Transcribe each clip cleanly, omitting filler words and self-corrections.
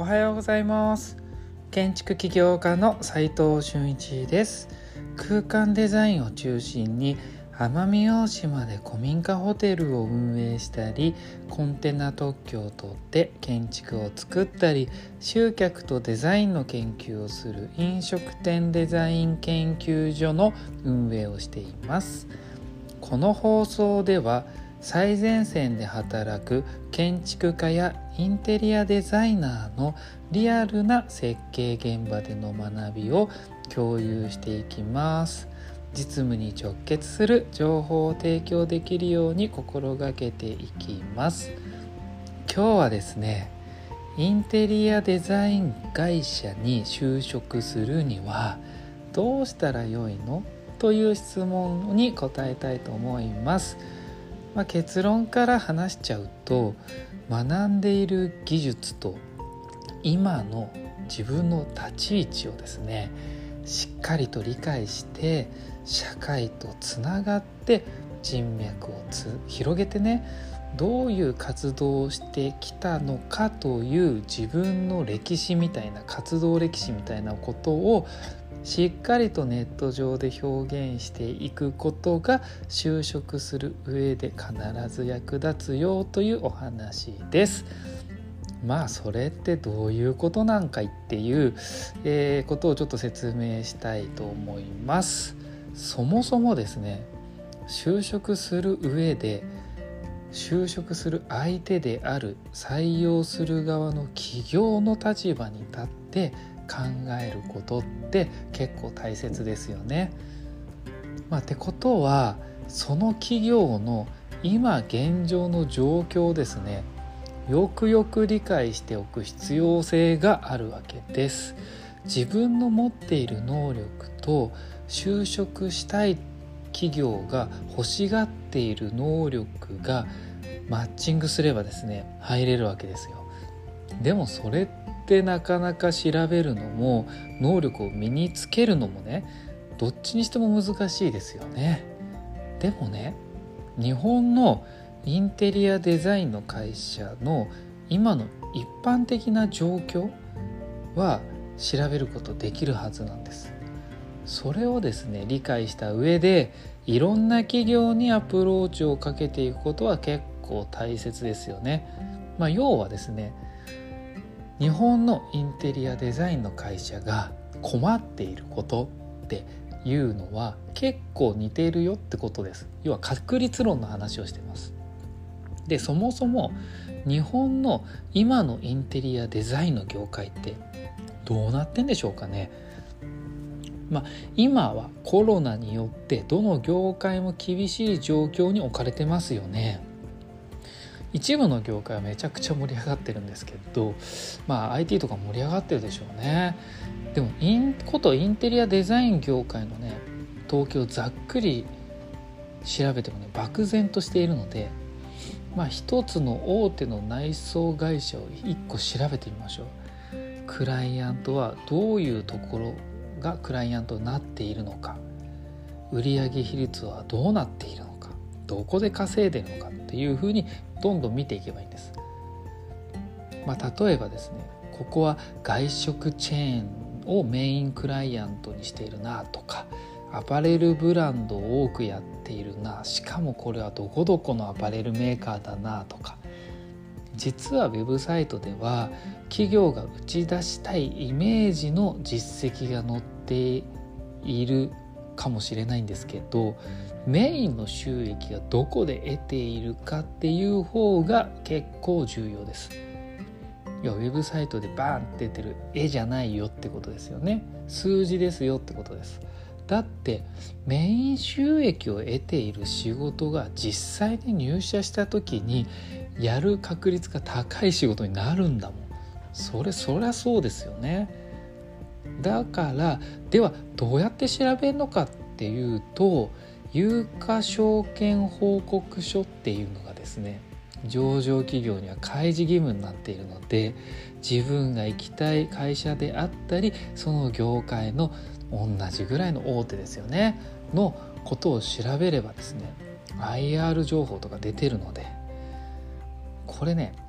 おはようございます。建築起業家の斉藤俊一です。空間デザインを中心に奄美大島で古民家ホテルを運営したり、コンテナ特許を取って建築を作ったり、集客とデザインの研究をする飲食店デザイン研究所の運営をしています。この放送では最前線で働く建築家やインテリアデザイナーのリアルな設計現場での学びを共有していきます。実務に直結する情報を提供できるように心がけていきます。今日はですね、インテリアデザイン会社に就職するにはどうしたらよいのという質問に答えたいと思います。結論から話しちゃうと、学んでいる技術と今の自分の立ち位置をですね、しっかりと理解して社会とつながって人脈を広げてね、どういう活動をしてきたのかという自分の歴史みたいな、活動歴史みたいなことをしっかりとネット上で表現していくことが就職する上で必ず役立つよというお話です。それってどういうことなんかいっていう、ことをちょっと説明したいと思います。そもそもですね、就職する上で就職する相手である採用する側の企業の立場に立って考えることって結構大切ですよね。ってことは、その企業の今現状の状況をですね、よくよく理解しておく必要性があるわけです。自分の持っている能力と就職したい企業が欲しがっている能力がマッチングすればですね、入れるわけですよ。でもそれってなかなか調べるのも能力を身につけるのもね、どっちにしても難しいですよね。でもね、日本のインテリアデザインの会社の今の一般的な状況は調べることできるはずなんです。それをですね、理解した上でいろんな企業にアプローチをかけていくことは結構大切ですよね。要はですね、日本のインテリアデザインの会社が困っていることっていうのは結構似ているよってことです。要は確率論の話をしています。で、そもそも日本の今のインテリアデザインの業界ってどうなってんでしょうかね。今はコロナによってどの業界も厳しい状況に置かれてますよね。一部の業界はめちゃくちゃ盛り上がってるんですけど、IT とか盛り上がってるでしょうね。でもインテリアデザイン業界のね、統計をざっくり調べてもね、漠然としているので、一つの大手の内装会社を一個調べてみましょう。クライアントはどういうところがクライアントになっているのか、売上比率はどうなっているのか、どこで稼いでいるのかっていうふうにどんどん見ていけばいいんです。例えばですね、ここは外食チェーンをメインクライアントにしているなとか、アパレルブランドを多くやっているな、しかもこれはどこどこのアパレルメーカーだなとか、実はウェブサイトでは企業が打ち出したいイメージの実績が載っているかもしれないんですけど、メインの収益がどこで得ているかっていう方が結構重要です。ウェブサイトでバーンって出てる絵じゃないよってことですよね。数字ですよってことです。だってメイン収益を得ている仕事が実際に入社した時にやる確率が高い仕事になるんだもん。そりゃそうですよね。だからではどうやって調べるのかっていうと、有価証券報告書っていうのがですね、上場企業には開示義務になっているので、自分が行きたい会社であったり、その業界の同じぐらいの大手ですよねのことを調べればですね、IR 情報とか出てるので、これね、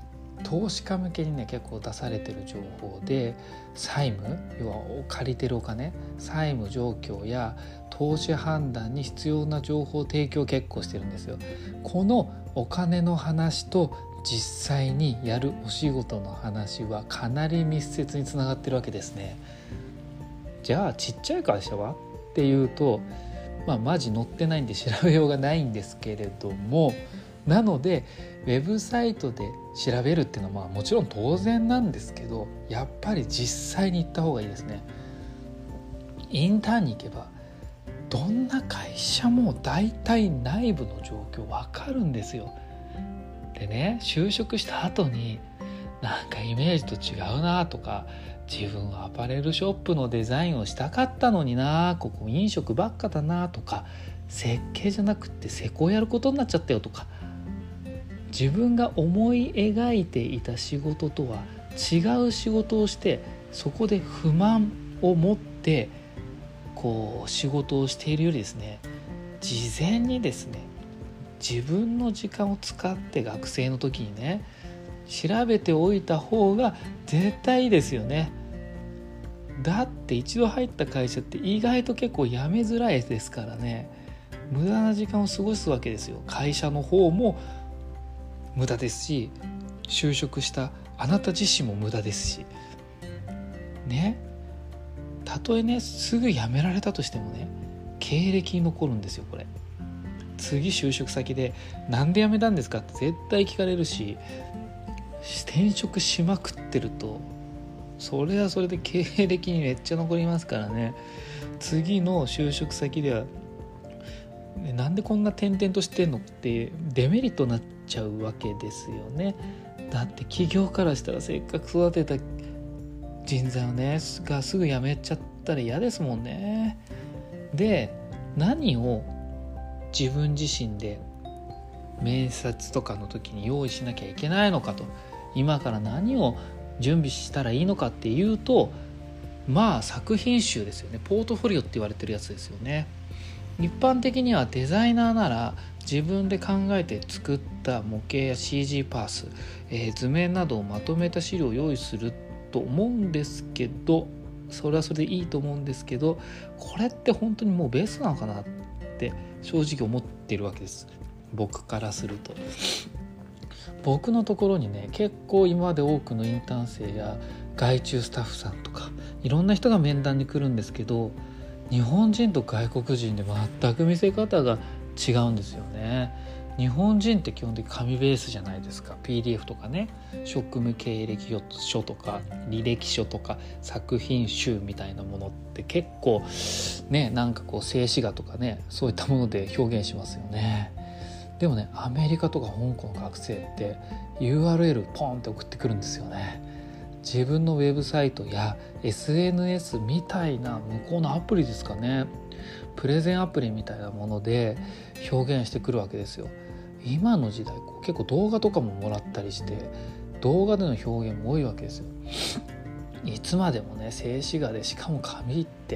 投資家向けにね結構出されてる情報で、債務、要は借りてるお金、債務状況や投資判断に必要な情報提供を結構してるんですよ。このお金の話と実際にやるお仕事の話はかなり密接につながってるわけですね。じゃあちっちゃい会社はっていうと、マジ載ってないんで調べようがないんですけれども、なのでウェブサイトで調べるっていうのはもちろん当然なんですけど、やっぱり実際に行った方がいいですね。インターンに行けばどんな会社も大体内部の状況わかるんですよ。でね、就職した後になんかイメージと違うなとか、自分はアパレルショップのデザインをしたかったのにな、ここ飲食ばっかだなとか、設計じゃなくて施工やることになっちゃったよとか、自分が思い描いていた仕事とは違う仕事をして、そこで不満を持って仕事をしているよりですね、事前にですね自分の時間を使って学生の時にね調べておいた方が絶対いいですよね。だって一度入った会社って意外と結構辞めづらいですからね、無駄な時間を過ごすわけですよ。会社の方も無駄ですし、就職したあなた自身も無駄ですしね。たとえねすぐ辞められたとしてもね、経歴に残るんですよ。これ次就職先でなんで辞めたんですかって絶対聞かれるし、転職しまくってるとそれはそれで経歴にめっちゃ残りますからね。次の就職先ではなんでこんな転々としてんのってデメリットになっちゃうわけですよね。だって企業からしたらせっかく育てた人材をねがすぐ辞めちゃったら嫌ですもんね。で、何を自分自身で面接とかの時に用意しなきゃいけないのかと、今から何を準備したらいいのかっていうと、作品集ですよね。ポートフォリオって言われてるやつですよね。一般的にはデザイナーなら自分で考えて作った模型や CG パース、図面などをまとめた資料を用意すると思うんですけど、それはそれでいいと思うんですけど、これって本当にもうベースなのかなって正直思っているわけです。僕からすると。僕のところにね結構今まで多くのインターン生や外注スタッフさんとかいろんな人が面談に来るんですけど、日本人と外国人で全く見せ方が違うんですよね。日本人って基本的に紙ベースじゃないですか。 PDF とかね、職務経歴書とか履歴書とか作品集みたいなものって結構ね、静止画とかね、そういったもので表現しますよね。でもね、アメリカとか香港の学生って URL ポンって送ってくるんですよね。自分のウェブサイトや SNS みたいな向こうのアプリですかね、プレゼンアプリみたいなもので表現してくるわけですよ。今の時代結構動画とかももらったりして、動画での表現も多いわけですよ。いつまでもね静止画で、しかも紙って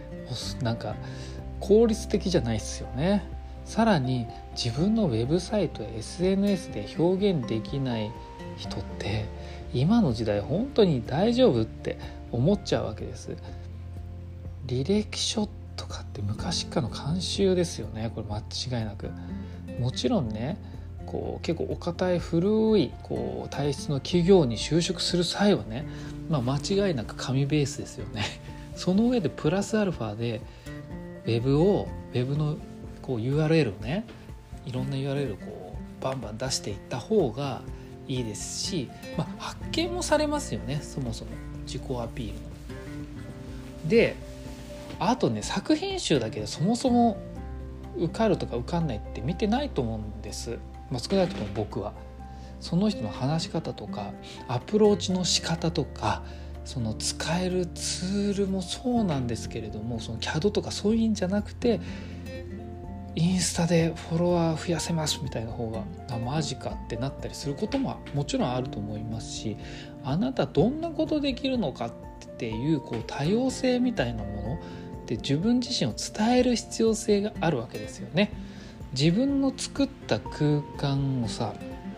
効率的じゃないですよね。さらに自分のウェブサイトや SNS で表現できない人って今の時代本当に大丈夫って思っちゃうわけです。履歴書とかって昔からの慣習ですよね。これ間違いなく。もちろんね結構お堅い古い体質の企業に就職する際はね、間違いなく紙ベースですよね。その上でプラスアルファでウェブのURL をね、いろんな URL をバンバン出していった方がいいですし、発見もされますよね。そもそも自己アピールので、あとね作品集だけでそもそも受かるとか受かんないって見てないと思うんです。少なくとも僕はその人の話し方とかアプローチの仕方とか、その使えるツールもそうなんですけれども、その CAD とかそういうんじゃなくて、インスタでフォロワー増やせますみたいな方がマジかってなったりすることももちろんあると思いますし、あなたどんなことできるのかっていう多様性みたいなものって自分自身を伝える必要性があるわけですよね。自分の作った空間を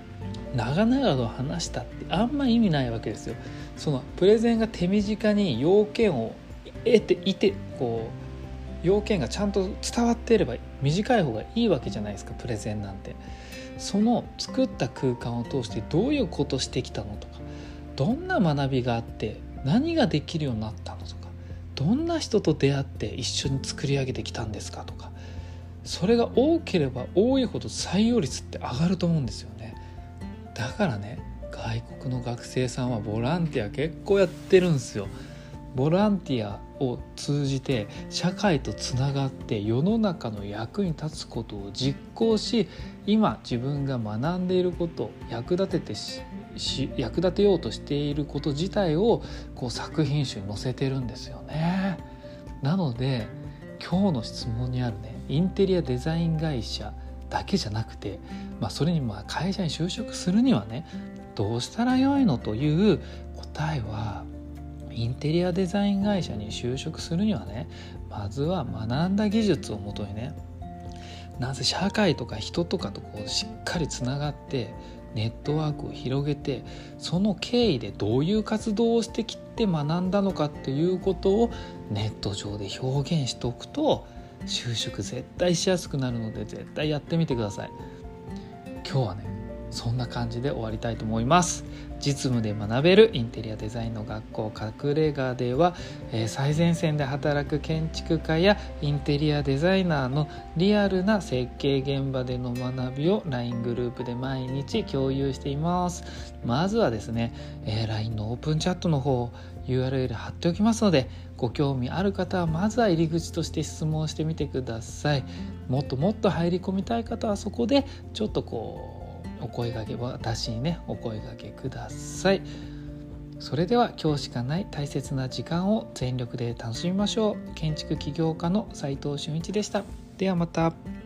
長々と話したってあんま意味ないわけですよ。そのプレゼンが手短に要件を得ていて、要件がちゃんと伝わっていれば短い方がいいわけじゃないですか、プレゼンなんて。その作った空間を通してどういうことしてきたのとか、どんな学びがあって何ができるようになったのとか、どんな人と出会って一緒に作り上げてきたんですかとか、それが多ければ多いほど採用率って上がると思うんですよね。だからね、外国の学生さんはボランティア結構やってるんですよ。ボランティアを通じて社会とつながって世の中の役に立つことを実行し、今自分が学んでいることを役立てようとしていること自体を作品集に載せてるんですよね。なので今日の質問にあるね、インテリアデザイン会社だけじゃなくて、それに会社に就職するにはね、どうしたらよいのという答えは、インテリアデザイン会社に就職するにはね、まずは学んだ技術をもとにね、なぜ社会とか人とかとしっかりつながってネットワークを広げて、その経緯でどういう活動をしてきて学んだのかっていうことをネット上で表現しておくと就職絶対しやすくなるので、絶対やってみてください。今日はね、そんな感じで終わりたいと思います。実務で学べるインテリアデザインの学校隠れ家では、最前線で働く建築家やインテリアデザイナーのリアルな設計現場での学びを LINE グループで毎日共有しています。まずはですね、LINE のオープンチャットの方 URL 貼っておきますので、ご興味ある方はまずは入り口として質問してみてください。もっともっと入り込みたい方はそこでちょっとお声掛け、私にねお声掛けください。それでは今日しかない大切な時間を全力で楽しみましょう。建築起業家の斉藤俊一でした。ではまた。